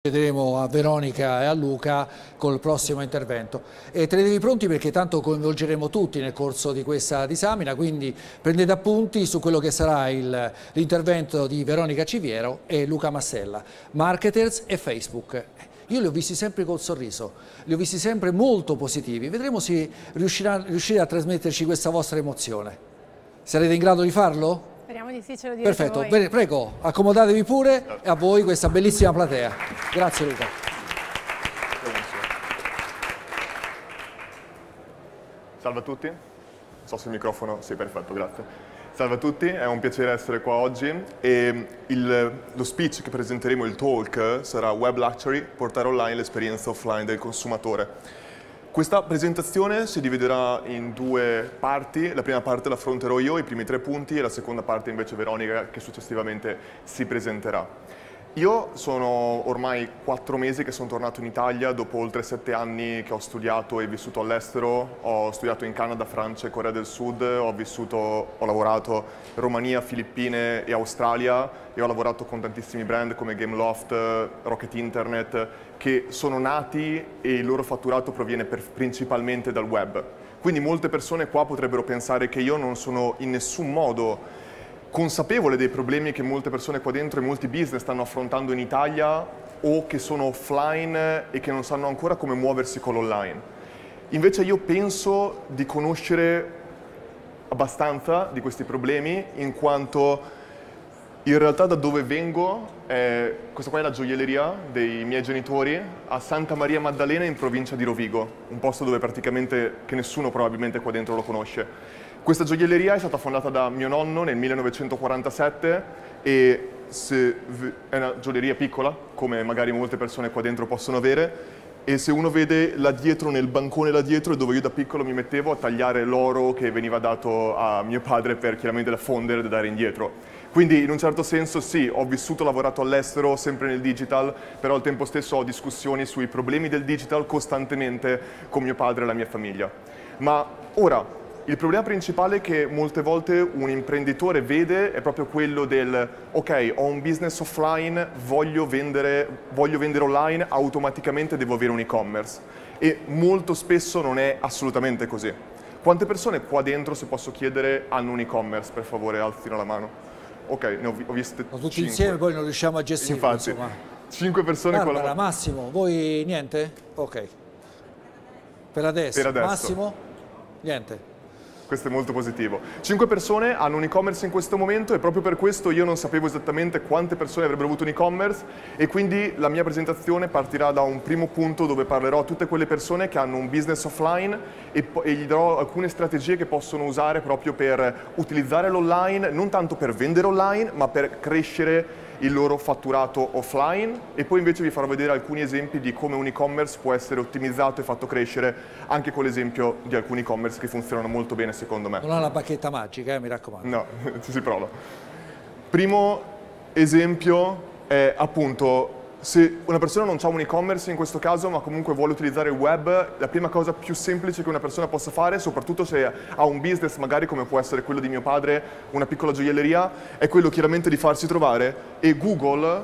Chiederemo a Veronica e a Luca col prossimo intervento. E tenetevi pronti perché tanto coinvolgeremo tutti nel corso di questa disamina, quindi prendete appunti su quello che sarà l'intervento di Veronica Civiero e Luca Massella, marketers e Facebook. Io li ho visti sempre col sorriso, li ho visti sempre molto positivi, vedremo se riuscirete a trasmetterci questa vostra emozione. Sarete in grado di farlo? Speriamo di sì, ce lo direte Perfetto, voi. bene, prego, accomodatevi pure e a voi questa bellissima platea. Grazie Luca. Salve a tutti, non so se il microfono, sì perfetto, grazie. Salve a tutti, è un piacere essere qua oggi e lo speech che presenteremo, il talk, sarà Web Luxury, portare online l'esperienza offline del consumatore. Questa presentazione si dividerà in due parti, la prima parte la affronterò io, i primi 3 punti, e la seconda parte invece Veronica che successivamente si presenterà. Io sono ormai 4 mesi che sono tornato in Italia dopo oltre 7 anni che ho studiato e vissuto all'estero. Ho studiato in Canada, Francia e Corea del Sud, ho lavorato in Romania, Filippine e Australia e ho lavorato con tantissimi brand come Gameloft, Rocket Internet, che sono nati e il loro fatturato proviene principalmente dal web. Quindi molte persone qua potrebbero pensare che io non sono in nessun modo consapevole dei problemi che molte persone qua dentro e molti business stanno affrontando in Italia o che sono offline e che non sanno ancora come muoversi con l'online. Invece io penso di conoscere abbastanza di questi problemi in quanto in realtà da dove vengo, questa qua è la gioielleria dei miei genitori a Santa Maria Maddalena in provincia di Rovigo, un posto dove praticamente che nessuno probabilmente qua dentro lo conosce. Questa gioielleria è stata fondata da mio nonno nel 1947 e è una gioielleria piccola, come magari molte persone qua dentro possono avere, e se uno vede là dietro, nel bancone là dietro, è dove io da piccolo mi mettevo a tagliare l'oro che veniva dato a mio padre per chiaramente da fondere e da dare indietro. Quindi in un certo senso sì, ho vissuto e lavorato all'estero, sempre nel digital, però al tempo stesso ho discussioni sui problemi del digital costantemente con mio padre e la mia famiglia. Ma ora, il problema principale che molte volte un imprenditore vede è proprio quello del ok, ho un business offline, voglio vendere online, automaticamente devo avere un e-commerce. E molto spesso non è assolutamente così. Quante persone qua dentro, se posso chiedere, hanno un e-commerce? Per favore, alzino la mano. Ok, ne ho viste 5. Tutti insieme poi non riusciamo a gestire. Infatti, insomma. 5 persone Barbara, con la mano. Massimo, voi niente? Ok. Per adesso. Massimo? Niente. Questo è molto positivo. 5 persone hanno un e-commerce in questo momento e proprio per questo io non sapevo esattamente quante persone avrebbero avuto un e-commerce e quindi la mia presentazione partirà da un primo punto dove parlerò a tutte quelle persone che hanno un business offline e gli darò alcune strategie che possono usare proprio per utilizzare l'online, non tanto per vendere online, ma per crescere il loro fatturato offline e poi invece vi farò vedere alcuni esempi di come un e-commerce può essere ottimizzato e fatto crescere anche con l'esempio di alcuni e-commerce che funzionano molto bene secondo me. Non ha la bacchetta magica, mi raccomando. No, ci si prova. Primo esempio è appunto se una persona non ha un e-commerce in questo caso ma comunque vuole utilizzare il web, la prima cosa più semplice che una persona possa fare, soprattutto se ha un business magari come può essere quello di mio padre, una piccola gioielleria, è quello chiaramente di farsi trovare e Google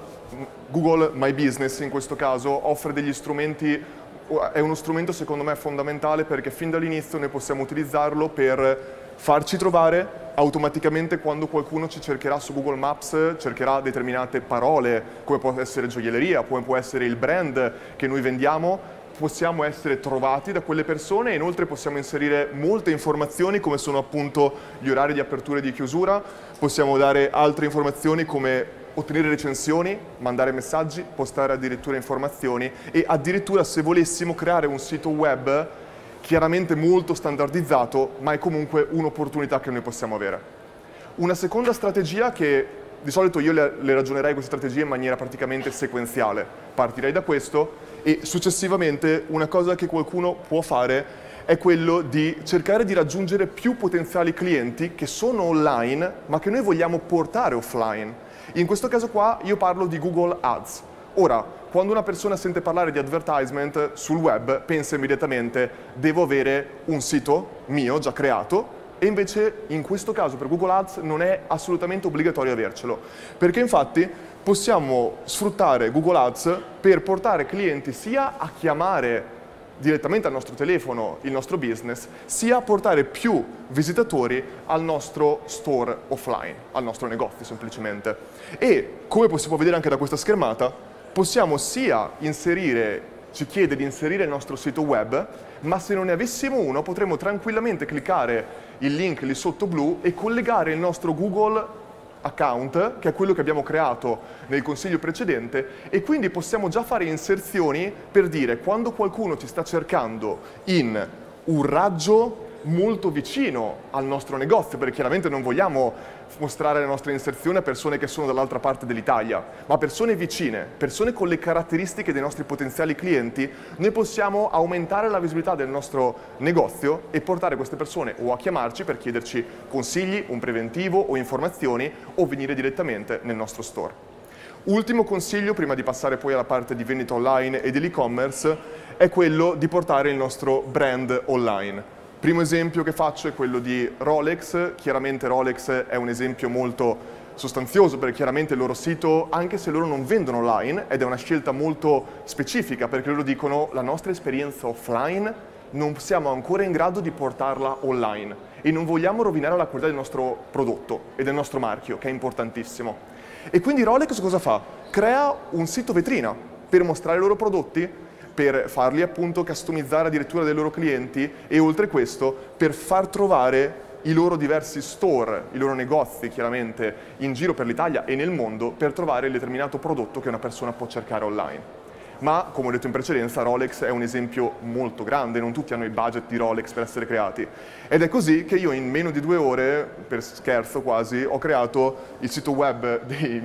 My Business in questo caso offre degli strumenti, è uno strumento secondo me fondamentale perché fin dall'inizio noi possiamo utilizzarlo per farci trovare automaticamente quando qualcuno ci cercherà su Google Maps, cercherà determinate parole, come può essere gioielleria, come può essere il brand che noi vendiamo, possiamo essere trovati da quelle persone e inoltre possiamo inserire molte informazioni come sono appunto gli orari di apertura e di chiusura, possiamo dare altre informazioni come ottenere recensioni, mandare messaggi, postare addirittura informazioni e addirittura se volessimo creare un sito web chiaramente molto standardizzato, ma è comunque un'opportunità che noi possiamo avere. Una seconda strategia che di solito io le ragionerei queste strategie in maniera praticamente sequenziale. Partirei da questo e successivamente una cosa che qualcuno può fare è quello di cercare di raggiungere più potenziali clienti che sono online, ma che noi vogliamo portare offline. In questo caso qua io parlo di Google Ads. Ora, quando una persona sente parlare di advertisement sul web, pensa immediatamente devo avere un sito mio già creato E invece in questo caso per Google Ads non è assolutamente obbligatorio avercelo, perché infatti possiamo sfruttare Google Ads per portare clienti sia a chiamare direttamente al nostro telefono il nostro business, sia a portare più visitatori al nostro store offline, al nostro negozio semplicemente. E come si può vedere anche da questa schermata, possiamo sia inserire, ci chiede di inserire il nostro sito web, ma se non ne avessimo uno potremmo tranquillamente cliccare il link lì sotto blu e collegare il nostro Google account, che è quello che abbiamo creato nel consiglio precedente, e quindi possiamo già fare inserzioni per dire quando qualcuno ci sta cercando in un raggio molto vicino al nostro negozio, perché chiaramente non vogliamo mostrare le nostre inserzioni a persone che sono dall'altra parte dell'Italia, ma persone vicine, persone con le caratteristiche dei nostri potenziali clienti, noi possiamo aumentare la visibilità del nostro negozio e portare queste persone o a chiamarci per chiederci consigli, un preventivo o informazioni, o venire direttamente nel nostro store. Ultimo consiglio, prima di passare poi alla parte di vendita online e dell'e-commerce, è quello di portare il nostro brand online. Primo esempio che faccio è quello di Rolex. Chiaramente Rolex è un esempio molto sostanzioso perché chiaramente il loro sito, anche se loro non vendono online, ed è una scelta molto specifica perché loro dicono la nostra esperienza offline non siamo ancora in grado di portarla online e non vogliamo rovinare la qualità del nostro prodotto e del nostro marchio, che è importantissimo. E quindi Rolex cosa fa? Crea un sito vetrina per mostrare i loro prodotti, per farli appunto customizzare addirittura dai loro clienti e oltre questo per far trovare i loro diversi store, i loro negozi chiaramente in giro per l'Italia e nel mondo per trovare il determinato prodotto che una persona può cercare online. Ma, come ho detto in precedenza, Rolex è un esempio molto grande, non tutti hanno i budget di Rolex per essere creati. Ed è così che io in meno di 2 ore, per scherzo quasi, ho creato il sito web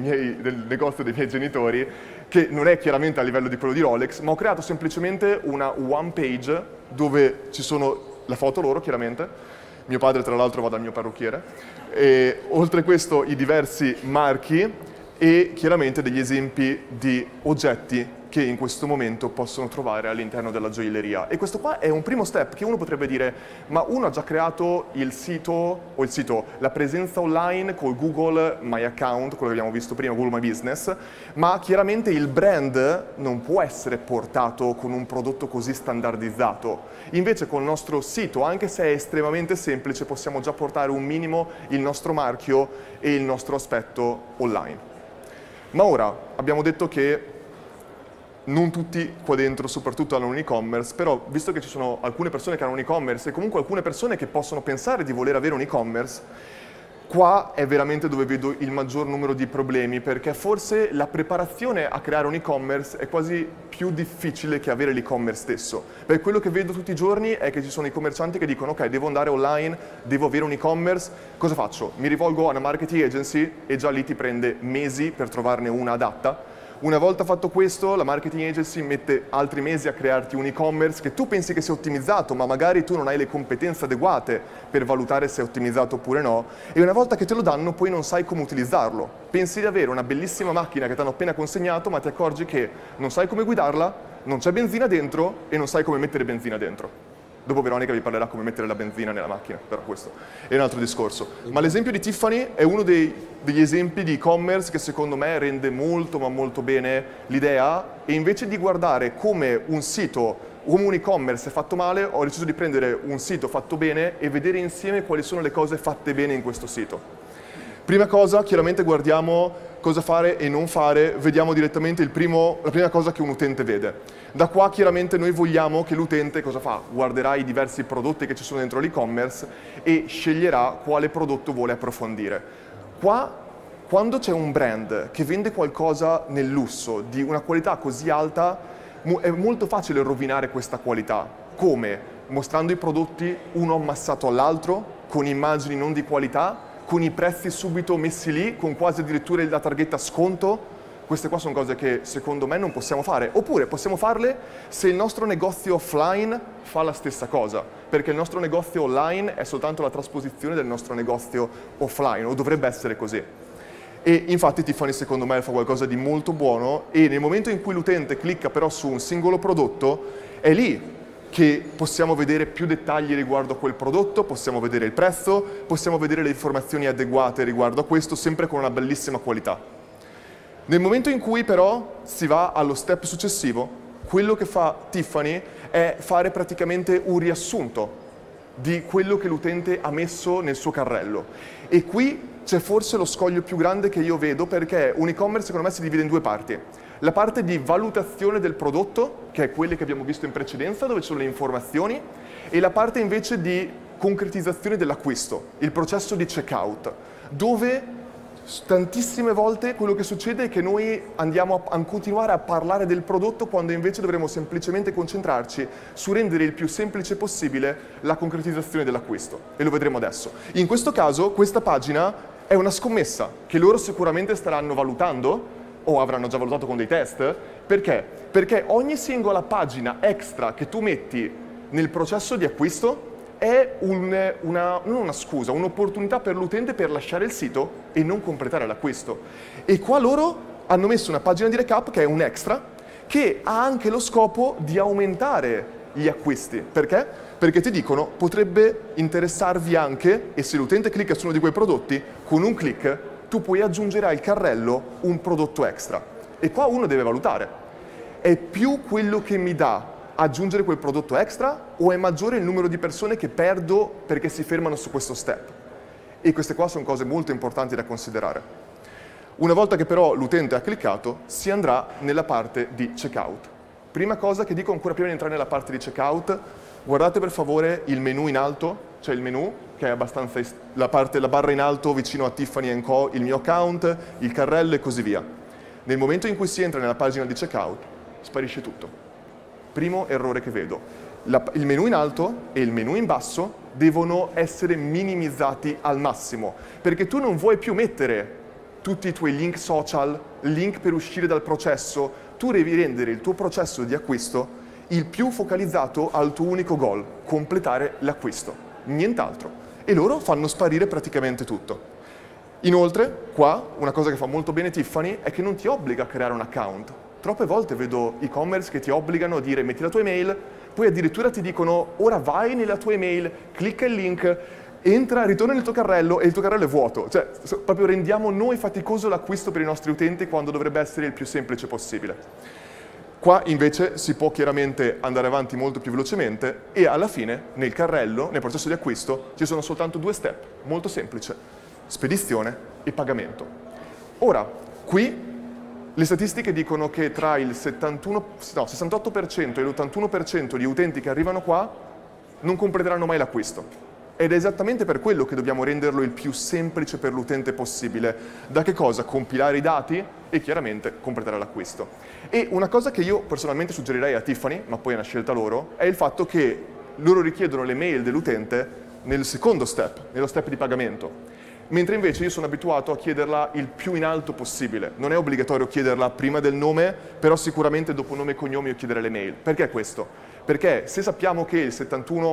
del negozio dei miei genitori, che non è chiaramente a livello di quello di Rolex, ma ho creato semplicemente una one page dove ci sono la foto loro, chiaramente. Mio padre, tra l'altro, va dal mio parrucchiere. E, oltre a questo, i diversi marchi e chiaramente degli esempi di oggetti che in questo momento possono trovare all'interno della gioielleria. E questo qua è un primo step che uno potrebbe dire, ma uno ha già creato la presenza online col Google My Account, quello che abbiamo visto prima, Google My Business, ma chiaramente il brand non può essere portato con un prodotto così standardizzato. Invece col nostro sito, anche se è estremamente semplice, possiamo già portare un minimo il nostro marchio e il nostro aspetto online. Ma ora abbiamo detto che non tutti qua dentro soprattutto hanno un e-commerce, però visto che ci sono alcune persone che hanno un e-commerce e comunque alcune persone che possono pensare di voler avere un e-commerce, qua è veramente dove vedo il maggior numero di problemi, perché forse la preparazione a creare un e-commerce è quasi più difficile che avere l'e-commerce stesso. Perché quello che vedo tutti i giorni è che ci sono i commercianti che dicono ok, devo andare online, devo avere un e-commerce, cosa faccio? Mi rivolgo a una marketing agency e già lì ti prende mesi per trovarne una adatta. Una volta fatto questo, la marketing agency mette altri mesi a crearti un e-commerce che tu pensi che sia ottimizzato, ma magari tu non hai le competenze adeguate per valutare se è ottimizzato oppure no, e una volta che te lo danno poi non sai come utilizzarlo. Pensi di avere una bellissima macchina che ti hanno appena consegnato, ma ti accorgi che non sai come guidarla, non c'è benzina dentro e non sai come mettere benzina dentro. Dopo Veronica vi parlerà come mettere la benzina nella macchina, però questo è un altro discorso. Ma l'esempio di Tiffany è uno degli esempi di e-commerce che secondo me rende molto ma molto bene l'idea, e invece di guardare come un sito, come un e-commerce è fatto male, ho deciso di prendere un sito fatto bene e vedere insieme quali sono le cose fatte bene in questo sito. Prima cosa, chiaramente guardiamo cosa fare e non fare, vediamo direttamente la prima cosa che un utente vede. Da qua chiaramente noi vogliamo che l'utente cosa fa? Guarderà i diversi prodotti che ci sono dentro l'e-commerce e sceglierà quale prodotto vuole approfondire. Qua, quando c'è un brand che vende qualcosa nel lusso di una qualità così alta, è molto facile rovinare questa qualità. Come? Mostrando i prodotti uno ammassato all'altro, con immagini non di qualità, con i prezzi subito messi lì, con quasi addirittura la targhetta sconto. Queste qua sono cose che secondo me non possiamo fare, oppure possiamo farle se il nostro negozio offline fa la stessa cosa, perché il nostro negozio online è soltanto la trasposizione del nostro negozio offline, o dovrebbe essere così. E infatti Tiffany secondo me fa qualcosa di molto buono, e nel momento in cui l'utente clicca però su un singolo prodotto, è lì che possiamo vedere più dettagli riguardo a quel prodotto, possiamo vedere il prezzo, possiamo vedere le informazioni adeguate riguardo a questo, sempre con una bellissima qualità. Nel momento in cui però si va allo step successivo, quello che fa Tiffany è fare praticamente un riassunto di quello che l'utente ha messo nel suo carrello. E qui c'è forse lo scoglio più grande che io vedo, perché un e-commerce secondo me si divide in due parti. La parte di valutazione del prodotto, che è quelle che abbiamo visto in precedenza, dove ci sono le informazioni, e la parte invece di concretizzazione dell'acquisto, il processo di checkout, dove tantissime volte quello che succede è che noi andiamo a continuare a parlare del prodotto quando invece dovremmo semplicemente concentrarci su rendere il più semplice possibile la concretizzazione dell'acquisto, e lo vedremo adesso. In questo caso questa pagina è una scommessa che loro sicuramente staranno valutando, o avranno già valutato con dei test. Perché? Perché ogni singola pagina extra che tu metti nel processo di acquisto è non una scusa, un'opportunità per l'utente per lasciare il sito e non completare l'acquisto. E qua loro hanno messo una pagina di recap che è un extra, che ha anche lo scopo di aumentare gli acquisti. Perché? Perché ti dicono potrebbe interessarvi anche, e se l'utente clicca su uno di quei prodotti, con un click tu puoi aggiungere al carrello un prodotto extra. E qua uno deve valutare: è più quello che mi dà aggiungere quel prodotto extra, o è maggiore il numero di persone che perdo perché si fermano su questo step? E queste qua sono cose molto importanti da considerare. Una volta che però l'utente ha cliccato, si andrà nella parte di checkout. Prima cosa che dico ancora prima di entrare nella parte di checkout: guardate per favore il menu in alto, cioè il menu che è abbastanza la barra in alto vicino a Tiffany & Co, il mio account, il carrello e così via. Nel momento in cui si entra nella pagina di checkout, sparisce tutto. Primo errore che vedo: il menu in alto e il menu in basso devono essere minimizzati al massimo, perché tu non vuoi più mettere tutti i tuoi link social, link per uscire dal processo. Tu devi rendere il tuo processo di acquisto il più focalizzato al tuo unico goal: completare l'acquisto, nient'altro. E loro fanno sparire praticamente tutto. Inoltre, qua, una cosa che fa molto bene Tiffany è che non ti obbliga a creare un account. Troppe volte vedo e-commerce che ti obbligano a dire metti la tua email, poi addirittura ti dicono ora vai nella tua email, clicca il link, entra, ritorna nel tuo carrello e il tuo carrello è vuoto. Cioè, proprio rendiamo noi faticoso l'acquisto per i nostri utenti quando dovrebbe essere il più semplice possibile. Qua invece si può chiaramente andare avanti molto più velocemente, e alla fine nel carrello, nel processo di acquisto, ci sono soltanto due step, molto semplice: spedizione e pagamento. Ora, qui le statistiche dicono che tra il 68% e l'81% di utenti che arrivano qua non completeranno mai l'acquisto. Ed è esattamente per quello che dobbiamo renderlo il più semplice per l'utente possibile. Da che cosa? Compilare i dati e chiaramente completare l'acquisto. E una cosa che io personalmente suggerirei a Tiffany, ma poi è una scelta loro, è il fatto che loro richiedono le mail dell'utente nel secondo step, nello step di pagamento. Mentre invece io sono abituato a chiederla il più in alto possibile. Non è obbligatorio chiederla prima del nome, però sicuramente dopo nome e cognome io chiederei le mail. Perché questo? Perché se sappiamo che il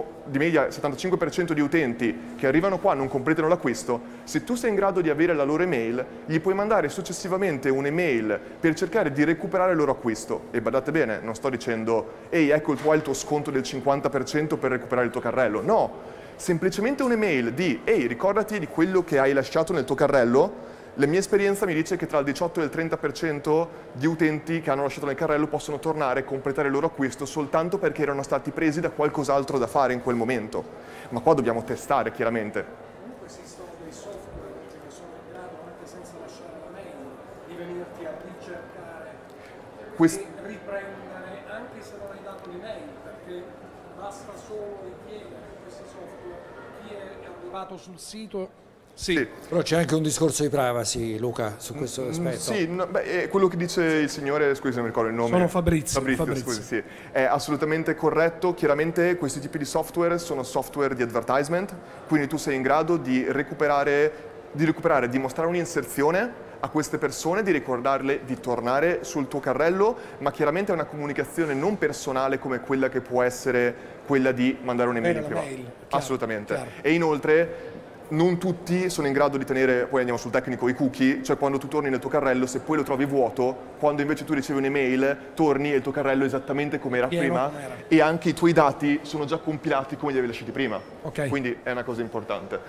75% di utenti che arrivano qua non completano l'acquisto, se tu sei in grado di avere la loro email, gli puoi mandare successivamente un'email per cercare di recuperare il loro acquisto. E badate bene, non sto dicendo ehi, ecco il tuo sconto del 50% per recuperare il tuo carrello. No, semplicemente un'email di ehi, ricordati di quello che hai lasciato nel tuo carrello. La mia esperienza mi dice che tra il 18 e il 30% di utenti che hanno lasciato nel carrello possono tornare e completare il loro acquisto soltanto perché erano stati presi da qualcos'altro da fare in quel momento. Ma qua dobbiamo testare, chiaramente. Comunque esistono dei software che sono in grado, anche senza lasciare la mail, di venirti a ricercare e riprendere, anche se non hai dato l'email, perché basta solo richiedere questi software. Chi è arrivato sul sito. Sì. Però c'è anche un discorso di privacy, Luca, su questo aspetto. Sì, no, è quello che dice il signore, scusi se non mi ricordo il nome. Sono Fabrizio. Scusi, sì. È assolutamente corretto. Chiaramente questi tipi di software sono software di advertisement, quindi tu sei in grado di recuperare, di mostrare un'inserzione a queste persone, di ricordarle di tornare sul tuo carrello, ma chiaramente è una comunicazione non personale come quella che può essere quella di mandare un'email in privato. Assolutamente. Chiaro. E inoltre non tutti sono in grado di tenere, poi andiamo sul tecnico, i cookie, cioè quando tu torni nel tuo carrello, se poi lo trovi vuoto, quando invece tu ricevi un'email, torni e il tuo carrello è esattamente come era prima e anche i tuoi dati sono già compilati come li avevi lasciati prima. Quindi è una cosa importante.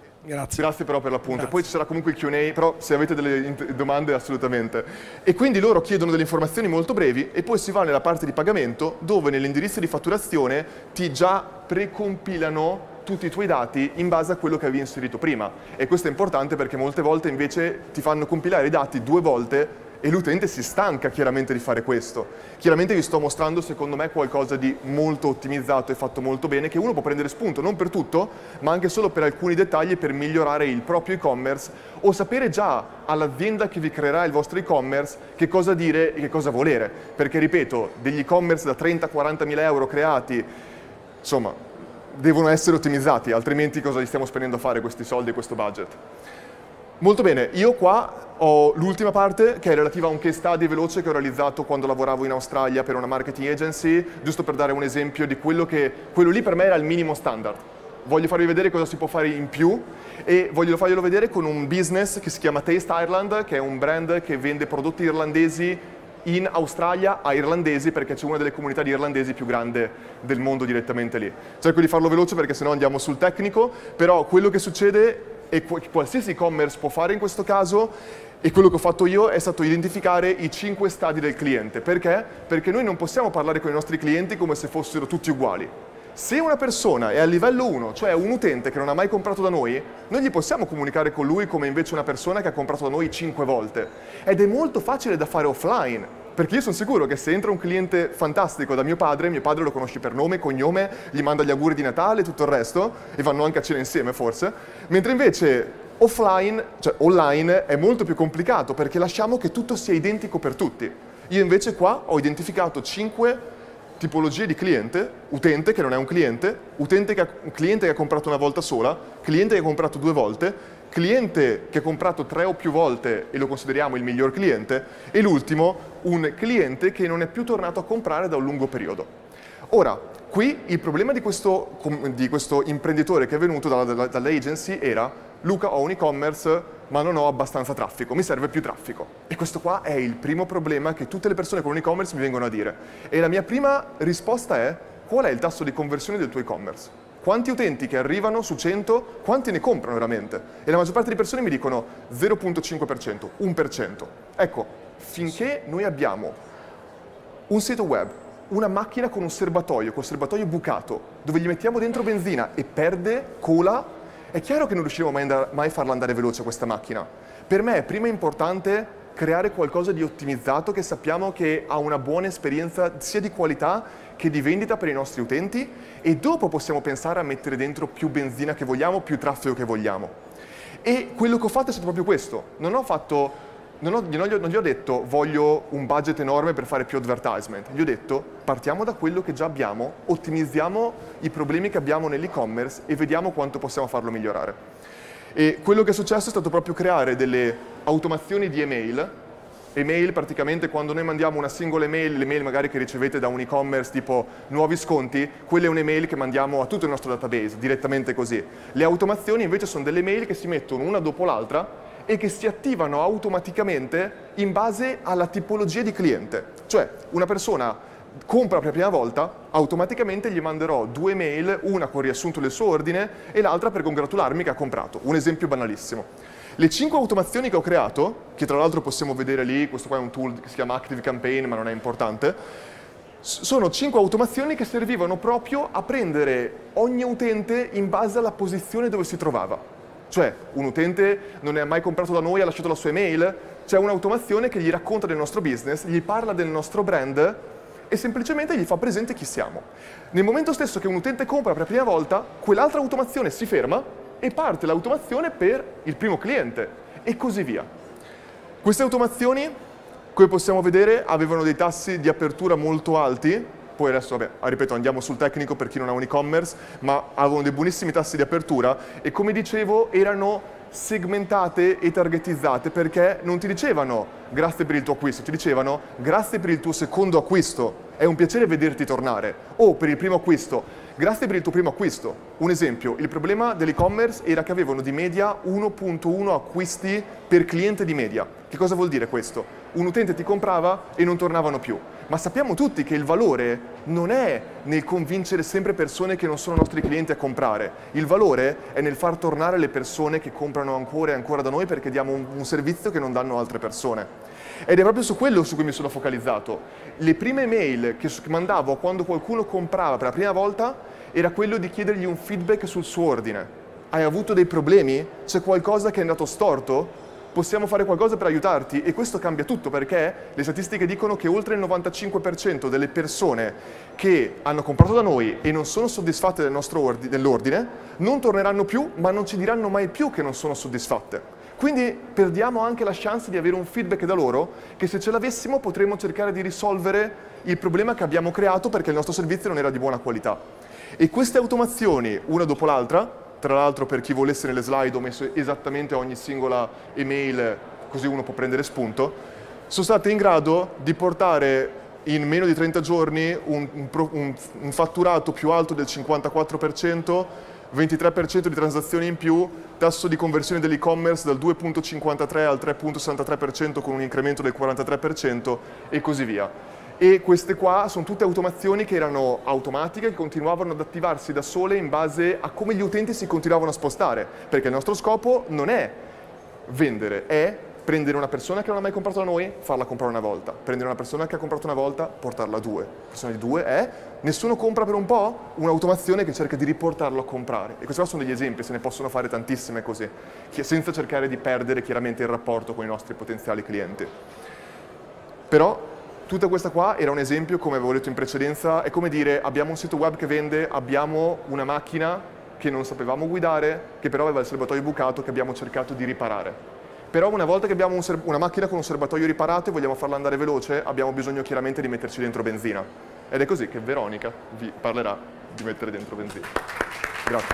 Grazie però per l'appunto. Poi ci sarà comunque il Q&A, però se avete delle domande assolutamente. E quindi loro chiedono delle informazioni molto brevi e poi si va nella parte di pagamento dove nell'indirizzo di fatturazione ti già precompilano tutti i tuoi dati in base a quello che avevi inserito prima. E questo è importante perché molte volte invece ti fanno compilare i dati 2 volte e l'utente si stanca chiaramente di fare questo. Chiaramente vi sto mostrando secondo me qualcosa di molto ottimizzato e fatto molto bene che uno può prendere spunto, non per tutto, ma anche solo per alcuni dettagli per migliorare il proprio e-commerce o sapere già all'azienda che vi creerà il vostro e-commerce che cosa dire e che cosa volere. Perché ripeto, degli e-commerce da 30-40 mila euro creati, insomma, devono essere ottimizzati, altrimenti cosa gli stiamo spendendo a fare questi soldi e questo budget? Molto bene, io qua ho l'ultima parte che è relativa a un case study veloce che ho realizzato quando lavoravo in Australia per una marketing agency, giusto per dare un esempio di quello lì per me era il minimo standard. Voglio farvi vedere cosa si può fare in più e voglio farglielo vedere con un business che si chiama Taste Ireland, che è un brand che vende prodotti irlandesi in Australia a irlandesi perché c'è una delle comunità di irlandesi più grande del mondo direttamente lì. Cerco di farlo veloce perché sennò andiamo sul tecnico, però quello che succede e qualsiasi e-commerce può fare in questo caso, e quello che ho fatto io è stato identificare i 5 stadi del cliente. Perché? Perché noi non possiamo parlare con i nostri clienti come se fossero tutti uguali. Se una persona è a livello 1, cioè un utente che non ha mai comprato da noi gli possiamo comunicare con lui come invece una persona che ha comprato da noi 5 volte. Ed è molto facile da fare offline. Perché io sono sicuro che se entra un cliente fantastico da mio padre lo conosci per nome, cognome, gli manda gli auguri di Natale e tutto il resto, e vanno anche a cena insieme forse, mentre invece offline, cioè online, è molto più complicato perché lasciamo che tutto sia identico per tutti. Io invece qua ho identificato 5 tipologie di cliente, utente che non è un cliente cliente che ha comprato una volta sola, cliente che ha comprato 2 volte, cliente che ha comprato 3 o più volte e lo consideriamo il miglior cliente, e l'ultimo, un cliente che non è più tornato a comprare da un lungo periodo. Ora, qui il problema di questo imprenditore che è venuto dall'agency era: Luca, ho un e-commerce ma non ho abbastanza traffico, mi serve più traffico. E questo qua è il primo problema che tutte le persone con un e-commerce mi vengono a dire. E la mia prima risposta è: qual è il tasso di conversione del tuo e-commerce? Quanti utenti che arrivano su 100, quanti ne comprano veramente? E la maggior parte delle persone mi dicono 0,5%, 1%. Ecco, finché noi abbiamo un sito web, una macchina con un serbatoio, col serbatoio bucato, dove gli mettiamo dentro benzina e perde, cola, è chiaro che non riusciremo mai a farla andare veloce questa macchina. Per me è prima importante creare qualcosa di ottimizzato che sappiamo che ha una buona esperienza sia di qualità che di vendita per i nostri utenti, e dopo possiamo pensare a mettere dentro più benzina che vogliamo, più traffico che vogliamo. E quello che ho fatto è stato proprio questo. Non gli ho detto voglio un budget enorme per fare più advertisement. Gli ho detto partiamo da quello che già abbiamo, ottimizziamo i problemi che abbiamo nell'e-commerce e vediamo quanto possiamo farlo migliorare. E quello che è successo è stato proprio creare delle automazioni di email. Email praticamente quando noi mandiamo una singola email, l'email magari che ricevete da un e-commerce tipo nuovi sconti, quella è un'email che mandiamo a tutto il nostro database, direttamente così. Le automazioni invece sono delle mail che si mettono una dopo l'altra e che si attivano automaticamente in base alla tipologia di cliente. Cioè una persona compra per la prima volta, automaticamente gli manderò 2 mail, una con riassunto del suo ordine e l'altra per congratularmi che ha comprato. Un esempio banalissimo. Le 5 automazioni che ho creato, che tra l'altro possiamo vedere lì, questo qua è un tool che si chiama Active Campaign ma non è importante, sono 5 automazioni che servivano proprio a prendere ogni utente in base alla posizione dove si trovava. Cioè un utente non ne ha mai comprato da noi, ha lasciato la sua email, c'è un'automazione che gli racconta del nostro business, gli parla del nostro brand e semplicemente gli fa presente chi siamo. Nel momento stesso che un utente compra per la prima volta, quell'altra automazione si ferma e parte l'automazione per il primo cliente e così via. Queste automazioni, come possiamo vedere, avevano dei tassi di apertura molto alti. Poi adesso, vabbè, ripeto, andiamo sul tecnico per chi non ha un e-commerce, ma avevano dei buonissimi tassi di apertura e, come dicevo, erano segmentate e targetizzate perché non ti dicevano grazie per il tuo acquisto, ti dicevano grazie per il tuo secondo acquisto. è un piacere vederti tornare. O per il primo acquisto, grazie per il tuo primo acquisto. Un esempio, il problema dell'e-commerce era che avevano di media 1.1 acquisti per cliente di media. Che cosa vuol dire questo? Un utente ti comprava e non tornavano più. Ma sappiamo tutti che il valore non è nel convincere sempre persone che non sono nostri clienti a comprare. Il valore è nel far tornare le persone che comprano ancora e ancora da noi perché diamo un servizio che non danno altre persone. Ed è proprio su quello su cui mi sono focalizzato. Le prime mail che mandavo quando qualcuno comprava per la prima volta era quello di chiedergli un feedback sul suo ordine. Hai avuto dei problemi? C'è qualcosa che è andato storto? Possiamo fare qualcosa per aiutarti? E questo cambia tutto perché le statistiche dicono che oltre il 95% delle persone che hanno comprato da noi e non sono soddisfatte dell'ordine non torneranno più, ma non ci diranno mai più che non sono soddisfatte. Quindi perdiamo anche la chance di avere un feedback da loro che se ce l'avessimo potremmo cercare di risolvere il problema che abbiamo creato perché il nostro servizio non era di buona qualità. E queste automazioni, una dopo l'altra, tra l'altro per chi volesse nelle slide ho messo esattamente ogni singola email così uno può prendere spunto, sono state in grado di portare in meno di 30 giorni un fatturato più alto del 54%, 23% di transazioni in più, tasso di conversione dell'e-commerce dal 2.53 al 3.63% con un incremento del 43% e così via. E queste qua sono tutte automazioni che erano automatiche, che continuavano ad attivarsi da sole in base a come gli utenti si continuavano a spostare, perché il nostro scopo non è vendere, è prendere una persona che non ha mai comprato da noi, farla comprare una volta, prendere una persona che ha comprato una volta, portarla a due. La persona di due è nessuno compra per un po', un'automazione che cerca di riportarlo a comprare. E questi qua sono degli esempi, se ne possono fare tantissime così, senza cercare di perdere chiaramente il rapporto con i nostri potenziali clienti. Però tutta questa qua era un esempio, come avevo detto in precedenza, è come dire abbiamo un sito web che vende, abbiamo una macchina che non sapevamo guidare, che però aveva il serbatoio bucato che abbiamo cercato di riparare. Però una volta che abbiamo una macchina con un serbatoio riparato e vogliamo farla andare veloce, abbiamo bisogno chiaramente di metterci dentro benzina. Ed è così che Veronica vi parlerà di mettere dentro benzina. Grazie.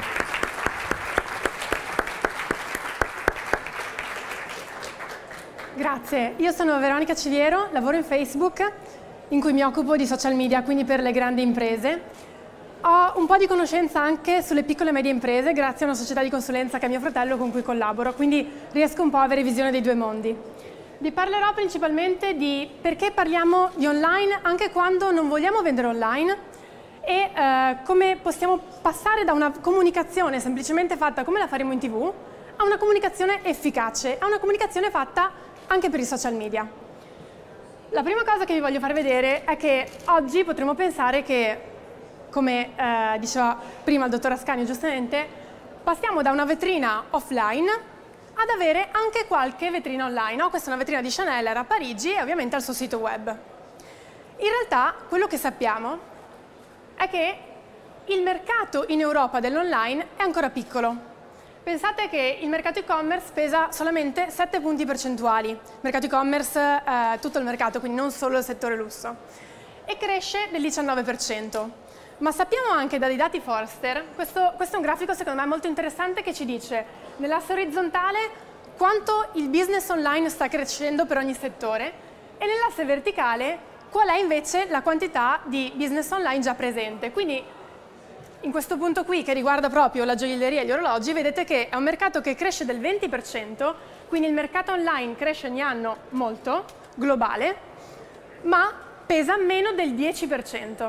Grazie, io sono Veronica Ciliero, lavoro in Facebook in cui mi occupo di social media, quindi per le grandi imprese. Ho un po' di conoscenza anche sulle piccole e medie imprese grazie a una società di consulenza che è mio fratello con cui collaboro, quindi riesco un po' a avere visione dei due mondi. Vi parlerò principalmente di perché parliamo di online anche quando non vogliamo vendere online e come possiamo passare da una comunicazione semplicemente fatta come la faremo in TV a una comunicazione efficace, a una comunicazione fatta anche per i social media. La prima cosa che vi voglio far vedere è che oggi potremmo pensare che, come diceva prima il dottor Ascanio giustamente, passiamo da una vetrina offline ad avere anche qualche vetrina online. No? Questa è una vetrina di Chanel, era a Parigi e ovviamente al suo sito web. In realtà quello che sappiamo è che il mercato in Europa dell'online è ancora piccolo. Pensate che il mercato e-commerce pesa solamente 7 punti percentuali, mercato e-commerce tutto il mercato, quindi non solo il settore lusso, e cresce del 19%. Ma sappiamo anche dai dati Forrester, questo è un grafico secondo me molto interessante che ci dice nell'asse orizzontale quanto il business online sta crescendo per ogni settore e nell'asse verticale qual è invece la quantità di business online già presente. Quindi in questo punto qui che riguarda proprio la gioielleria e gli orologi vedete che è un mercato che cresce del 20%, quindi il mercato online cresce ogni anno molto, globale, ma pesa meno del 10%.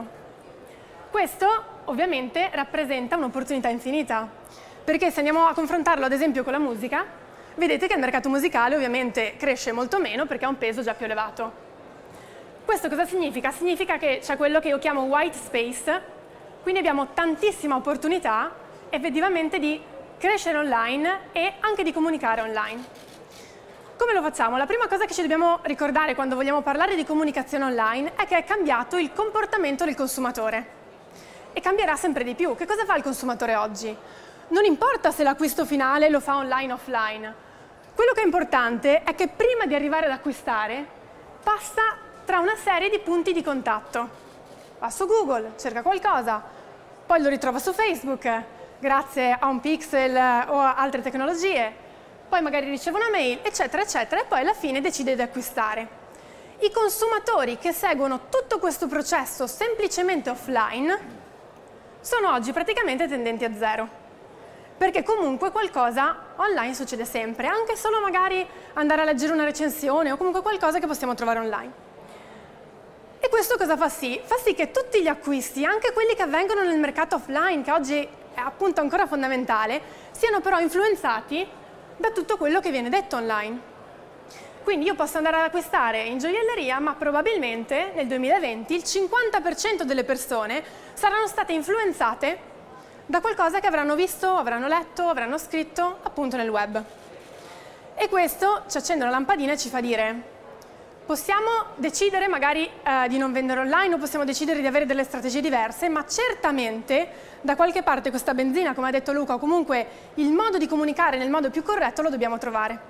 Questo ovviamente rappresenta un'opportunità infinita, perché se andiamo a confrontarlo ad esempio con la musica, vedete che il mercato musicale ovviamente cresce molto meno perché ha un peso già più elevato. Questo cosa significa? Significa che c'è quello che io chiamo white space, quindi abbiamo tantissima opportunità effettivamente di crescere online e anche di comunicare online. Come lo facciamo? La prima cosa che ci dobbiamo ricordare quando vogliamo parlare di comunicazione online è che è cambiato il comportamento del consumatore. E cambierà sempre di più. Che cosa fa il consumatore oggi? Non importa se l'acquisto finale lo fa online o offline. Quello che è importante è che prima di arrivare ad acquistare passa tra una serie di punti di contatto. Va su Google, cerca qualcosa, poi lo ritrova su Facebook grazie a un pixel o a altre tecnologie, poi magari riceve una mail, eccetera, eccetera, e poi alla fine decide di acquistare. i consumatori che seguono tutto questo processo semplicemente offline sono oggi praticamente tendenti a zero, perché comunque qualcosa online succede sempre, anche solo magari andare a leggere una recensione o comunque qualcosa che possiamo trovare online. E questo cosa fa sì? Fa sì che tutti gli acquisti, anche quelli che avvengono nel mercato offline, che oggi è appunto ancora fondamentale, siano però influenzati da tutto quello che viene detto online. Quindi io posso andare ad acquistare in gioielleria, ma probabilmente nel 2020 il 50% delle persone saranno state influenzate da qualcosa che avranno visto, avranno letto, avranno scritto appunto nel web. E questo ci accende una lampadina e ci fa dire: possiamo decidere magari di non vendere online o possiamo decidere di avere delle strategie diverse, ma certamente da qualche parte questa benzina, come ha detto Luca, o comunque il modo di comunicare nel modo più corretto lo dobbiamo trovare.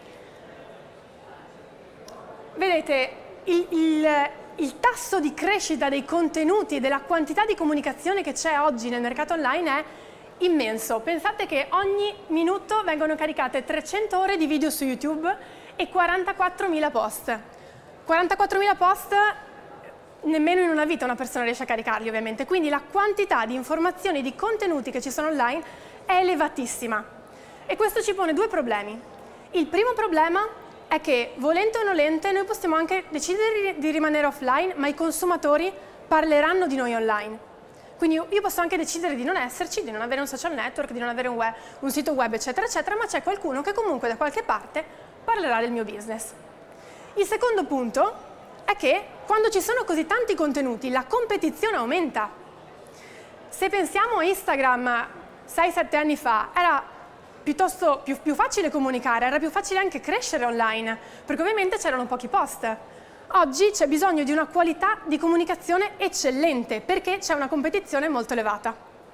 Vedete, il tasso di crescita dei contenuti e della quantità di comunicazione che c'è oggi nel mercato online è immenso. Pensate che ogni minuto vengono caricate 300 ore di video su YouTube e 44.000 post. 44.000 post nemmeno in una vita una persona riesce a caricarli, ovviamente. Quindi la quantità di informazioni, di contenuti che ci sono online è elevatissima. E questo ci pone due problemi. Il primo problema è che, volente o nolente, noi possiamo anche decidere di rimanere offline, ma i consumatori parleranno di noi online. Quindi io posso anche decidere di non esserci, di non avere un social network, di non avere un sito web, eccetera, eccetera, ma c'è qualcuno che comunque da qualche parte parlerà del mio business. Il secondo punto è che quando ci sono così tanti contenuti, la competizione aumenta. Se pensiamo a Instagram 6-7 anni fa, era piuttosto più facile comunicare, era più facile anche crescere online, perché ovviamente c'erano pochi post. Oggi c'è bisogno di una qualità di comunicazione eccellente, perché c'è una competizione molto elevata.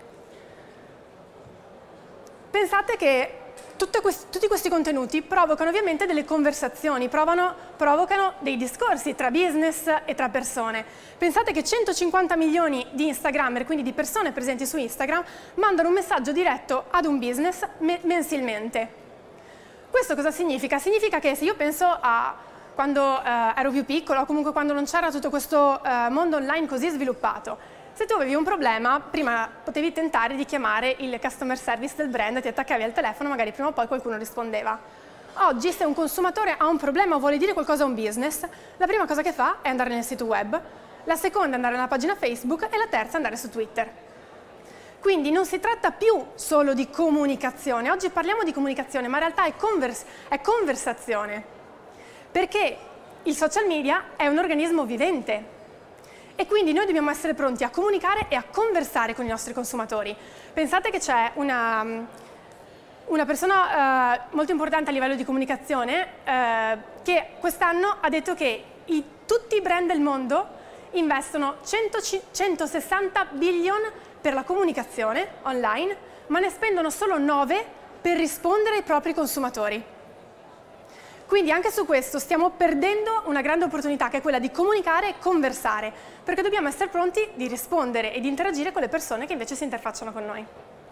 Pensate che tutti questi contenuti provocano ovviamente delle conversazioni, provocano dei discorsi tra business e tra persone. Pensate che 150 milioni di Instagrammer, quindi di persone presenti su Instagram, mandano un messaggio diretto ad un business mensilmente. Questo cosa significa? Significa che se io penso a quando ero più piccola o comunque quando non c'era tutto questo mondo online così sviluppato, se tu avevi un problema, prima potevi tentare di chiamare il customer service del brand, ti attaccavi al telefono, magari prima o poi qualcuno rispondeva. Oggi, se un consumatore ha un problema o vuole dire qualcosa a un business, la prima cosa che fa è andare nel sito web, la seconda è andare nella pagina Facebook e la terza è andare su Twitter. Quindi non si tratta più solo di comunicazione, oggi parliamo di comunicazione, ma in realtà è conversazione, perché il social media è un organismo vivente. E quindi noi dobbiamo essere pronti a comunicare e a conversare con i nostri consumatori. Pensate che c'è una persona molto importante a livello di comunicazione che quest'anno ha detto che tutti i brand del mondo investono 160 billion per la comunicazione online, ma ne spendono solo 9 per rispondere ai propri consumatori. Quindi anche su questo stiamo perdendo una grande opportunità, che è quella di comunicare e conversare, perché dobbiamo essere pronti di rispondere e di interagire con le persone che invece si interfacciano con noi.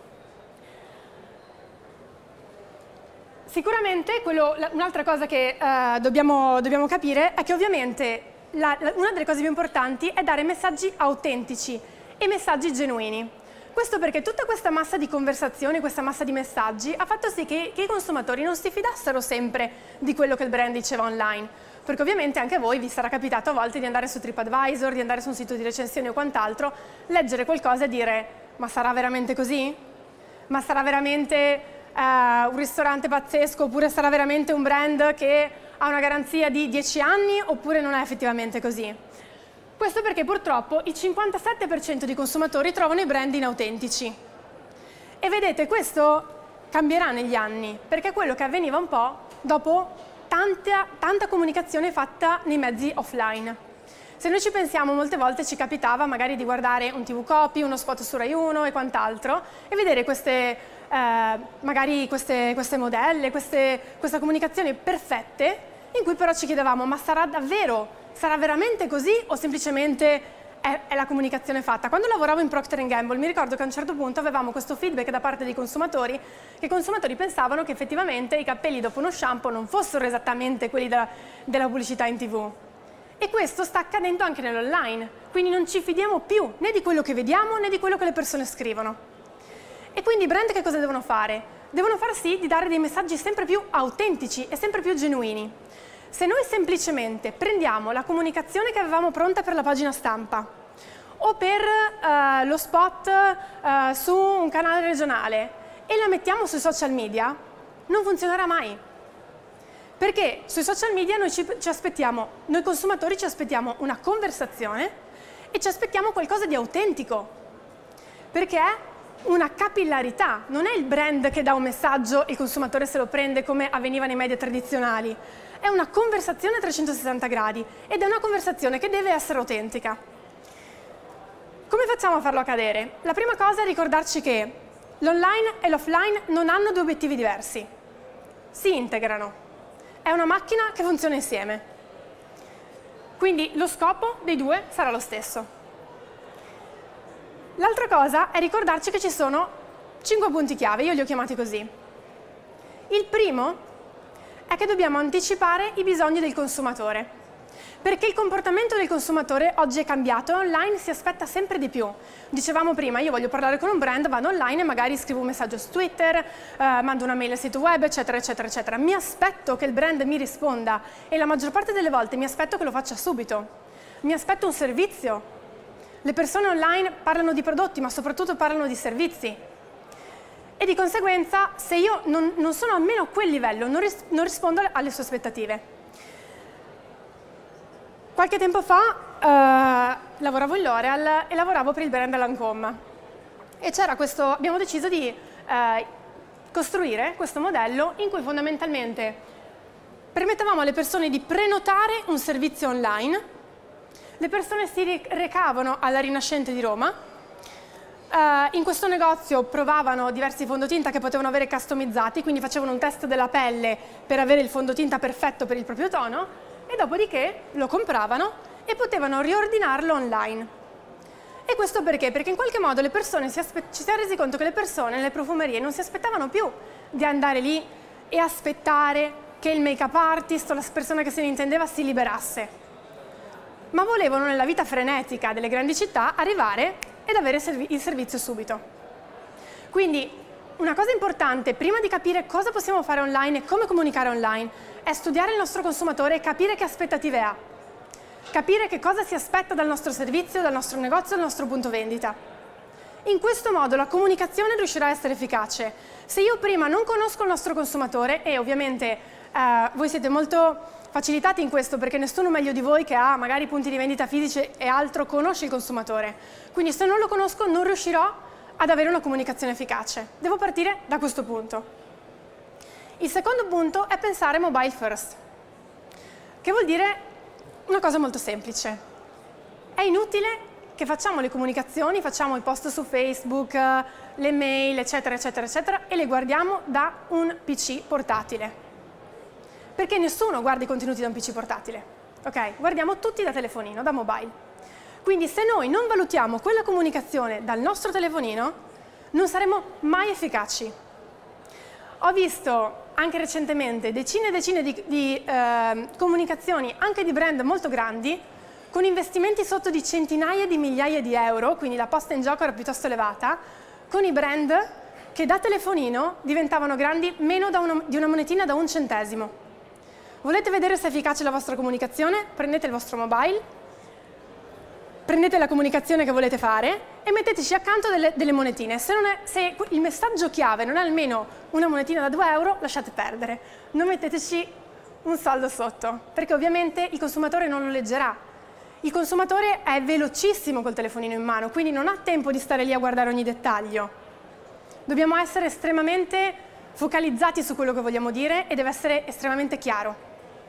Sicuramente un'altra cosa che dobbiamo capire è che ovviamente una delle cose più importanti è dare messaggi autentici e messaggi genuini. Questo perché tutta questa massa di conversazioni, questa massa di messaggi ha fatto sì che i consumatori non si fidassero sempre di quello che il brand diceva online, perché ovviamente anche a voi vi sarà capitato a volte di andare su TripAdvisor, di andare su un sito di recensioni o quant'altro, leggere qualcosa e dire: ma sarà veramente così? Ma sarà veramente un ristorante pazzesco, oppure sarà veramente un brand che ha una garanzia di 10 anni, oppure non è effettivamente così? Questo perché purtroppo il 57% di consumatori trovano i brand inautentici. E vedete, questo cambierà negli anni, perché è quello che avveniva un po' dopo tanta comunicazione fatta nei mezzi offline. Se noi ci pensiamo, molte volte ci capitava magari di guardare un TV Copy, uno spot su Rai 1 e quant'altro, e vedere magari queste modelle, queste comunicazioni perfette, in cui però ci chiedevamo: ma sarà veramente così o semplicemente è la comunicazione fatta? Quando lavoravo in Procter & Gamble mi ricordo che a un certo punto avevamo questo feedback da parte dei consumatori, che i consumatori pensavano che effettivamente i capelli dopo uno shampoo non fossero esattamente quelli della pubblicità in TV. E questo sta accadendo anche nell'online, quindi non ci fidiamo più né di quello che vediamo né di quello che le persone scrivono. E quindi i brand che cosa devono fare? Devono far sì di dare dei messaggi sempre più autentici e sempre più genuini. Se noi semplicemente prendiamo la comunicazione che avevamo pronta per la pagina stampa o per lo spot su un canale regionale e la mettiamo sui social media, non funzionerà mai. Perché sui social media noi consumatori ci aspettiamo una conversazione e ci aspettiamo qualcosa di autentico. Perché è una capillarità, non è il brand che dà un messaggio e il consumatore se lo prende come avveniva nei media tradizionali. È una conversazione a 360 gradi ed è una conversazione che deve essere autentica. Come facciamo a farlo accadere? La prima cosa è ricordarci che l'online e l'offline non hanno due obiettivi diversi. Si integrano. È una macchina che funziona insieme. Quindi lo scopo dei due sarà lo stesso. L'altra cosa è ricordarci che ci sono 5 punti chiave, io li ho chiamati così. Il primo è che dobbiamo anticipare i bisogni del consumatore, perché il comportamento del consumatore oggi è cambiato e online si aspetta sempre di più. Dicevamo prima, io voglio parlare con un brand, vado online e magari scrivo un messaggio su Twitter, mando una mail al sito web, eccetera, eccetera, eccetera. Mi aspetto che il brand mi risponda e la maggior parte delle volte mi aspetto che lo faccia subito. Mi aspetto un servizio. Le persone online parlano di prodotti, ma soprattutto parlano di servizi. E di conseguenza, se io non sono almeno a quel livello, non rispondo alle sue aspettative. Qualche tempo fa lavoravo in L'Oreal e lavoravo per il brand Lancôme. E c'era abbiamo deciso di costruire questo modello in cui fondamentalmente permettevamo alle persone di prenotare un servizio online. Le persone si recavano alla Rinascente di Roma, in questo negozio provavano diversi fondotinta che potevano avere customizzati, quindi facevano un test della pelle per avere il fondotinta perfetto per il proprio tono e dopodiché lo compravano e potevano riordinarlo online. E questo perché? Perché in qualche modo le persone ci si è resi conto che le persone nelle profumerie non si aspettavano più di andare lì e aspettare che il make-up artist o la persona che se ne intendeva si liberasse, ma volevano nella vita frenetica delle grandi città arrivare ed avere il servizio subito. Quindi una cosa importante, prima di capire cosa possiamo fare online e come comunicare online, è studiare il nostro consumatore e capire che aspettative ha. Capire che cosa si aspetta dal nostro servizio, dal nostro negozio, dal nostro punto vendita. In questo modo la comunicazione riuscirà a essere efficace. Se io prima non conosco il nostro consumatore, e ovviamente voi siete molto facilitati in questo perché nessuno meglio di voi che ha magari punti di vendita fisici e altro conosce il consumatore. Quindi se non lo conosco non riuscirò ad avere una comunicazione efficace. Devo partire da questo punto. Il secondo punto è pensare mobile first, che vuol dire una cosa molto semplice. È inutile che facciamo le comunicazioni, facciamo i post su Facebook, le mail, eccetera, eccetera, eccetera, e le guardiamo da un PC portatile. Perché nessuno guarda i contenuti da un PC portatile, ok? Guardiamo tutti da telefonino, da mobile. Quindi se noi non valutiamo quella comunicazione dal nostro telefonino, non saremo mai efficaci. Ho visto anche recentemente decine e decine di comunicazioni, anche di brand molto grandi, con investimenti sotto di centinaia di migliaia di euro, quindi la posta in gioco era piuttosto elevata, con i brand che da telefonino diventavano grandi meno di una monetina da 1 centesimo. Volete vedere se è efficace la vostra comunicazione? Prendete il vostro mobile, prendete la comunicazione che volete fare e metteteci accanto delle monetine. Se il messaggio chiave non è almeno una monetina da 2 euro, lasciate perdere. Non metteteci un saldo sotto, perché ovviamente il consumatore non lo leggerà. Il consumatore è velocissimo col telefonino in mano, quindi non ha tempo di stare lì a guardare ogni dettaglio. Dobbiamo essere estremamente focalizzati su quello che vogliamo dire e deve essere estremamente chiaro.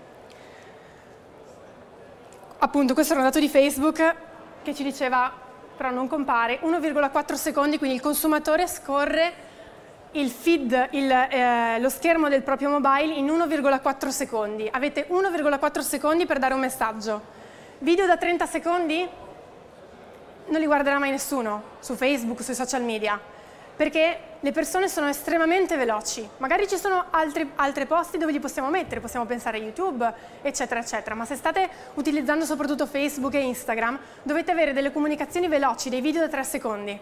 Appunto, questo era un dato di Facebook che ci diceva, però non compare, 1,4 secondi, quindi il consumatore scorre il feed, lo schermo del proprio mobile in 1,4 secondi. Avete 1,4 secondi per dare un messaggio. Video da 30 secondi? Non li guarderà mai nessuno su Facebook, sui social media, perché le persone sono estremamente veloci. Magari ci sono altri posti dove li possiamo mettere, possiamo pensare a YouTube, eccetera, eccetera, ma se state utilizzando soprattutto Facebook e Instagram, dovete avere delle comunicazioni veloci, dei video da 3 secondi.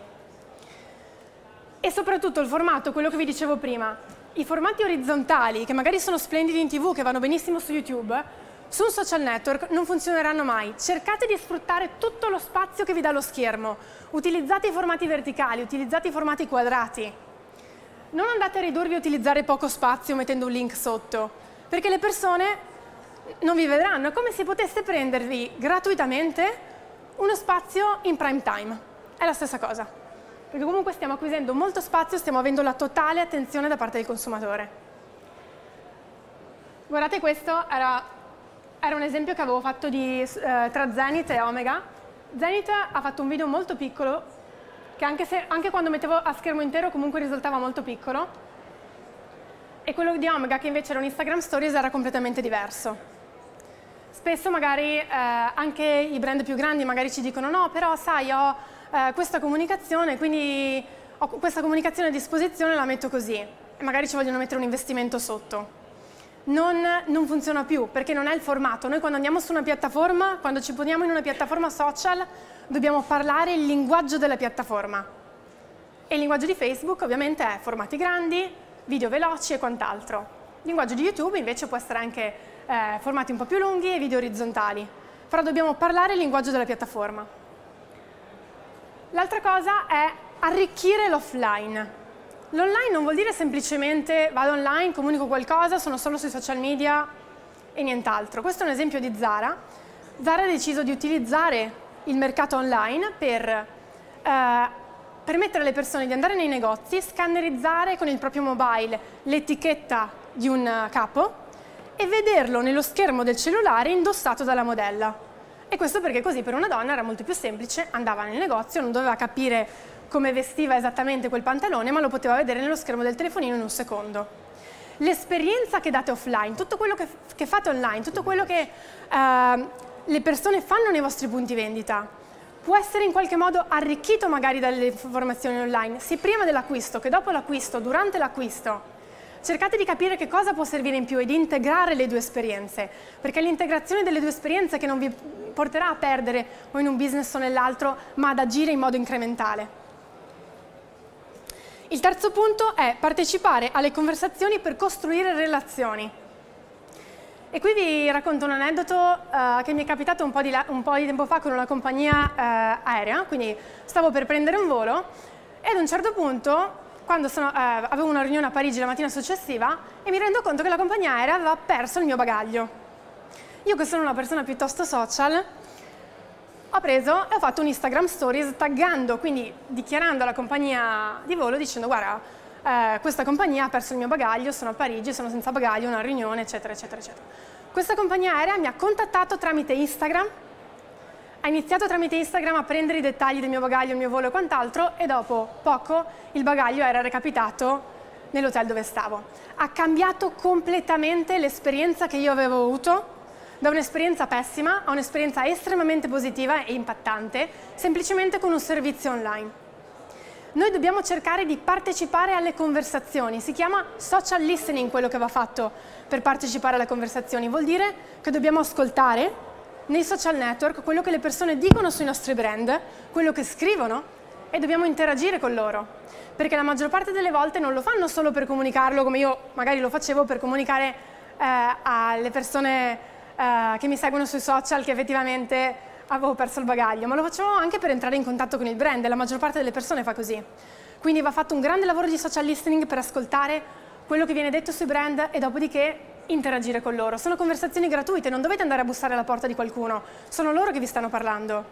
E soprattutto il formato, quello che vi dicevo prima, i formati orizzontali, che magari sono splendidi in TV, che vanno benissimo su YouTube, su un social network non funzioneranno mai. Cercate di sfruttare tutto lo spazio che vi dà lo schermo. Utilizzate i formati verticali, utilizzate i formati quadrati. Non andate a ridurvi a utilizzare poco spazio mettendo un link sotto, perché le persone non vi vedranno. È come se poteste prendervi gratuitamente uno spazio in prime time. È la stessa cosa, perché comunque stiamo acquisendo molto spazio, stiamo avendo la totale attenzione da parte del consumatore. Guardate, questo era un esempio che avevo fatto tra Zenith e Omega. Zenith ha fatto un video molto piccolo, che anche quando mettevo a schermo intero comunque risultava molto piccolo, e quello di Omega, che invece era un Instagram Stories, era completamente diverso. Spesso magari anche i brand più grandi magari ci dicono no, però sai, ho questa comunicazione, quindi ho questa comunicazione a disposizione, la metto così, e magari ci vogliono mettere un investimento sotto. Non funziona più, perché non è il formato. Noi quando andiamo su una piattaforma, quando ci poniamo in una piattaforma social, dobbiamo parlare il linguaggio della piattaforma. E il linguaggio di Facebook ovviamente è formati grandi, video veloci e quant'altro. Il linguaggio di YouTube invece può essere anche formati un po' più lunghi e video orizzontali. Però dobbiamo parlare il linguaggio della piattaforma. L'altra cosa è arricchire l'offline. L'online non vuol dire semplicemente vado online, comunico qualcosa, sono solo sui social media e nient'altro. Questo è un esempio di Zara. Zara ha deciso di utilizzare il mercato online per permettere alle persone di andare nei negozi, scannerizzare con il proprio mobile l'etichetta di un capo e vederlo nello schermo del cellulare indossato dalla modella. E questo perché così per una donna era molto più semplice, andava nel negozio, non doveva capire come vestiva esattamente quel pantalone, ma lo poteva vedere nello schermo del telefonino in un secondo. L'esperienza che date offline, tutto quello che fate online, tutto quello che le persone fanno nei vostri punti vendita, può essere in qualche modo arricchito magari dalle informazioni online, sia prima dell'acquisto che dopo l'acquisto, durante l'acquisto. Cercate di capire che cosa può servire in più e di integrare le due esperienze, perché è l'integrazione delle due esperienze che non vi porterà a perdere o in un business o nell'altro, ma ad agire in modo incrementale. Il terzo punto è partecipare alle conversazioni per costruire relazioni. E qui vi racconto un aneddoto che mi è capitato un po' di tempo fa con una compagnia aerea, quindi stavo per prendere un volo e ad un certo punto, quando avevo una riunione a Parigi la mattina successiva, e mi rendo conto che la compagnia aerea aveva perso il mio bagaglio. Io, che sono una persona piuttosto social, ho preso e ho fatto un Instagram Stories taggando, quindi dichiarando alla compagnia di volo, dicendo guarda, questa compagnia ha perso il mio bagaglio, sono a Parigi, sono senza bagaglio, una riunione, eccetera, eccetera, eccetera. Questa compagnia aerea mi ha contattato tramite Instagram, ha iniziato tramite Instagram a prendere i dettagli del mio bagaglio, il mio volo e quant'altro, e dopo poco il bagaglio era recapitato nell'hotel dove stavo. Ha cambiato completamente l'esperienza che io avevo avuto, da un'esperienza pessima a un'esperienza estremamente positiva e impattante, semplicemente con un servizio online. Noi dobbiamo cercare di partecipare alle conversazioni, si chiama social listening quello che va fatto per partecipare alle conversazioni, vuol dire che dobbiamo ascoltare nei social network quello che le persone dicono sui nostri brand, quello che scrivono, e dobbiamo interagire con loro, perché la maggior parte delle volte non lo fanno solo per comunicarlo, come io magari lo facevo per comunicare alle persone che mi seguono sui social che effettivamente avevo perso il bagaglio, ma lo facevo anche per entrare in contatto con il brand, e la maggior parte delle persone fa così. Quindi va fatto un grande lavoro di social listening per ascoltare quello che viene detto sui brand e dopodiché interagire con loro. Sono conversazioni gratuite, non dovete andare a bussare alla porta di qualcuno, sono loro che vi stanno parlando.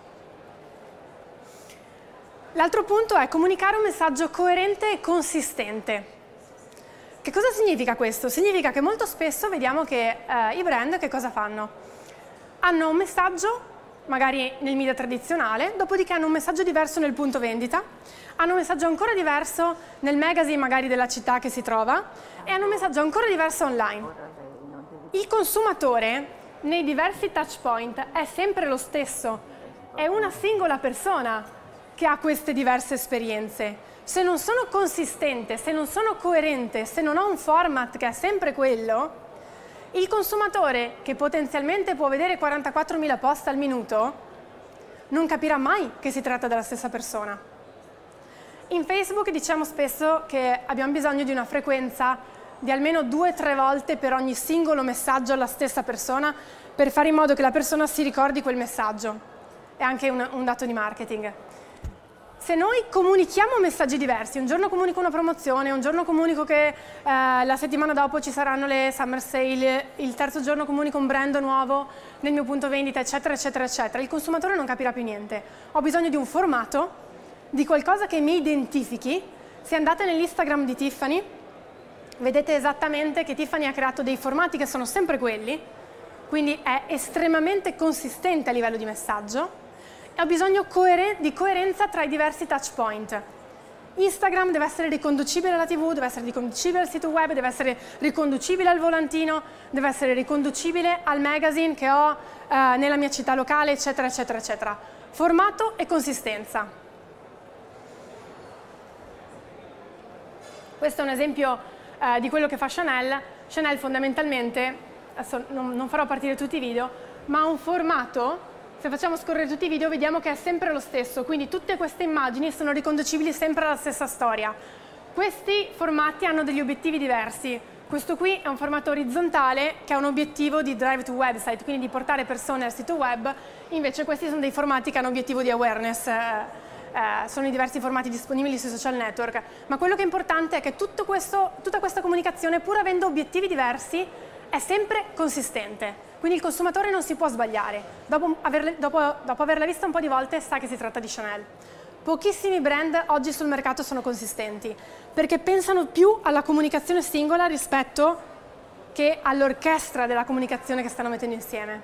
L'altro punto è comunicare un messaggio coerente e consistente. Che cosa significa questo? Significa che molto spesso vediamo che i brand che cosa fanno? Hanno un messaggio, magari nel media tradizionale, dopodiché hanno un messaggio diverso nel punto vendita, hanno un messaggio ancora diverso nel magazine magari della città che si trova e hanno un messaggio ancora diverso online. Il consumatore nei diversi touch point è sempre lo stesso, è una singola persona che ha queste diverse esperienze. Se non sono consistente, se non sono coerente, se non ho un format che è sempre quello, il consumatore, che potenzialmente può vedere 44.000 post al minuto, non capirà mai che si tratta della stessa persona. In Facebook diciamo spesso che abbiamo bisogno di una frequenza di almeno 2-3 volte per ogni singolo messaggio alla stessa persona per fare in modo che la persona si ricordi quel messaggio. È anche un dato di marketing. Se noi comunichiamo messaggi diversi, un giorno comunico una promozione, un giorno comunico che la settimana dopo ci saranno le summer sale, il terzo giorno comunico un brand nuovo nel mio punto vendita, eccetera, eccetera, eccetera, il consumatore non capirà più niente. Ho bisogno di un formato, di qualcosa che mi identifichi. Se andate nell'Instagram di Tiffany, vedete esattamente che Tiffany ha creato dei formati che sono sempre quelli, quindi è estremamente consistente a livello di messaggio. Ho bisogno di coerenza tra i diversi touch point. Instagram deve essere riconducibile alla TV, deve essere riconducibile al sito web, deve essere riconducibile al volantino, deve essere riconducibile al magazine che ho nella mia città locale, eccetera, eccetera, eccetera. Formato e consistenza. Questo è un esempio di quello che fa Chanel. Chanel fondamentalmente, adesso non farò partire tutti i video, ma ha un formato. Se facciamo scorrere tutti i video vediamo che è sempre lo stesso, quindi tutte queste immagini sono riconducibili sempre alla stessa storia. Questi formati hanno degli obiettivi diversi. Questo qui è un formato orizzontale che ha un obiettivo di drive to website, quindi di portare persone al sito web, invece questi sono dei formati che hanno obiettivo di awareness, sono i diversi formati disponibili sui social network. Ma quello che è importante è che tutta questa comunicazione, pur avendo obiettivi diversi, è sempre consistente. Quindi il consumatore non si può sbagliare. Dopo averla vista un po' di volte sa che si tratta di Chanel. Pochissimi brand oggi sul mercato sono consistenti, perché pensano più alla comunicazione singola rispetto che all'orchestra della comunicazione che stanno mettendo insieme.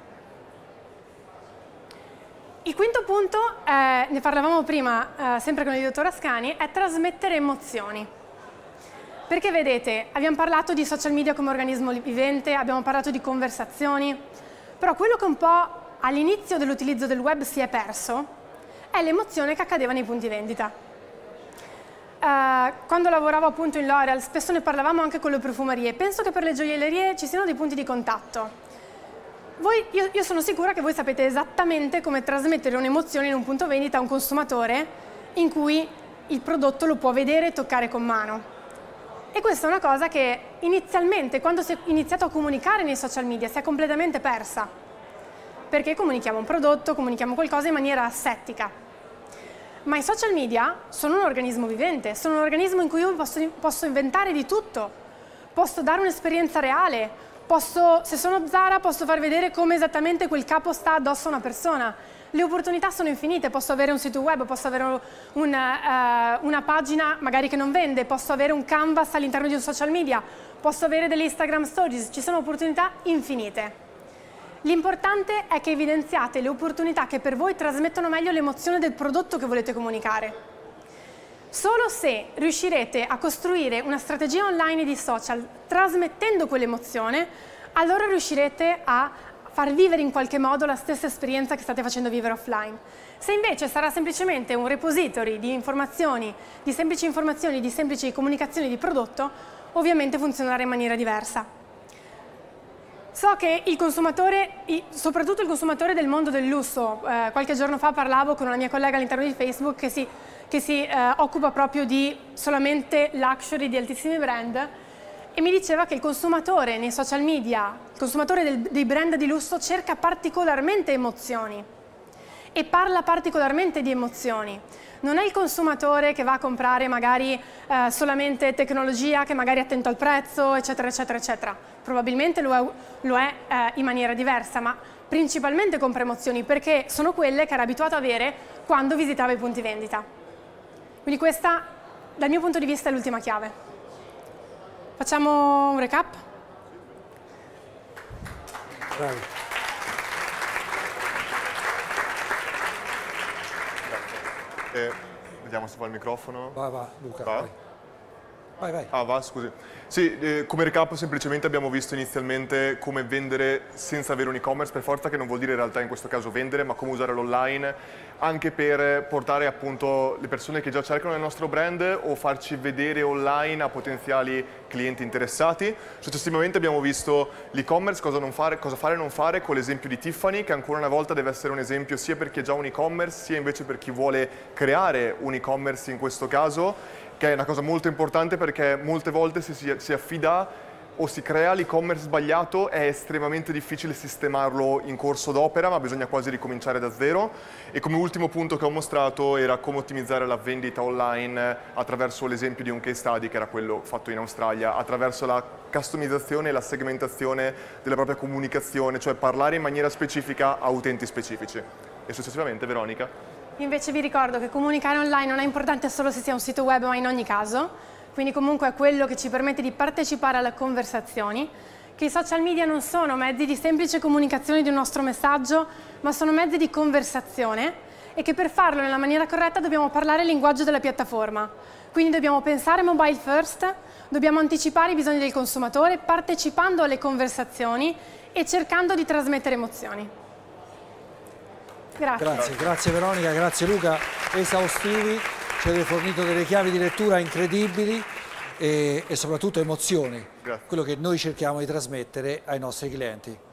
Il quinto punto, ne parlavamo prima sempre con il dottor Ascani, è trasmettere emozioni. Perché vedete, abbiamo parlato di social media come organismo vivente, abbiamo parlato di conversazioni, però quello che un po' all'inizio dell'utilizzo del web si è perso è l'emozione che accadeva nei punti vendita. Quando lavoravo appunto in L'Oreal spesso ne parlavamo anche con le profumerie. Penso che per le gioiellerie ci siano dei punti di contatto. Io sono sicura che voi sapete esattamente come trasmettere un'emozione in un punto vendita a un consumatore in cui il prodotto lo può vedere e toccare con mano. E questa è una cosa che inizialmente, quando si è iniziato a comunicare nei social media, si è completamente persa. Perché comunichiamo un prodotto, comunichiamo qualcosa in maniera asettica. Ma i social media sono un organismo vivente, sono un organismo in cui io posso inventare di tutto. Posso dare un'esperienza reale, se sono Zara posso far vedere come esattamente quel capo sta addosso a una persona. Le opportunità sono infinite, posso avere un sito web, posso avere una pagina magari che non vende, posso avere un canvas all'interno di un social media, posso avere delle Instagram stories, ci sono opportunità infinite. L'importante è che evidenziate le opportunità che per voi trasmettono meglio l'emozione del prodotto che volete comunicare. Solo se riuscirete a costruire una strategia online di social trasmettendo quell'emozione, allora riuscirete a far vivere in qualche modo la stessa esperienza che state facendo vivere offline. Se invece sarà semplicemente un repository di informazioni, di semplici comunicazioni di prodotto, ovviamente funzionerà in maniera diversa. So che il consumatore, soprattutto il consumatore del mondo del lusso, qualche giorno fa parlavo con una mia collega all'interno di Facebook che si occupa proprio di solamente luxury di altissimi brand, e mi diceva che il consumatore nei social media, il consumatore dei brand di lusso cerca particolarmente emozioni e parla particolarmente di emozioni. Non è il consumatore che va a comprare magari solamente tecnologia, che magari è attento al prezzo, eccetera, eccetera, eccetera. Probabilmente lo è in maniera diversa, ma principalmente compra emozioni perché sono quelle che era abituato ad avere quando visitava i punti vendita. Quindi questa, dal mio punto di vista, è l'ultima chiave. Facciamo un recap? Bravi. Vediamo se fa il microfono. Va, Luca. Va? Vai. Vai. Ah, va, scusi. Sì, come recap semplicemente abbiamo visto inizialmente come vendere senza avere un e-commerce per forza, che non vuol dire in realtà in questo caso vendere, ma come usare l'online anche per portare appunto le persone che già cercano il nostro brand o farci vedere online a potenziali clienti interessati. Successivamente abbiamo visto l'e-commerce, cosa fare e non fare, con l'esempio di Tiffany, che ancora una volta deve essere un esempio sia per chi ha già un e-commerce, sia invece per chi vuole creare un e-commerce in questo caso, che è una cosa molto importante perché molte volte se si affida o si crea l'e-commerce sbagliato è estremamente difficile sistemarlo in corso d'opera, ma bisogna quasi ricominciare da zero. E come ultimo punto che ho mostrato era come ottimizzare la vendita online attraverso l'esempio di un case study, che era quello fatto in Australia, attraverso la customizzazione e la segmentazione della propria comunicazione, cioè parlare in maniera specifica a utenti specifici. E successivamente, Veronica? Invece vi ricordo che comunicare online non è importante solo se si ha un sito web, ma in ogni caso, quindi comunque è quello che ci permette di partecipare alle conversazioni, che i social media non sono mezzi di semplice comunicazione di un nostro messaggio, ma sono mezzi di conversazione e che per farlo nella maniera corretta dobbiamo parlare il linguaggio della piattaforma. Quindi dobbiamo pensare mobile first, dobbiamo anticipare i bisogni del consumatore partecipando alle conversazioni e cercando di trasmettere emozioni. Grazie Veronica, grazie Luca, esaustivi, ci avete fornito delle chiavi di lettura incredibili e soprattutto emozioni, quello che noi cerchiamo di trasmettere ai nostri clienti.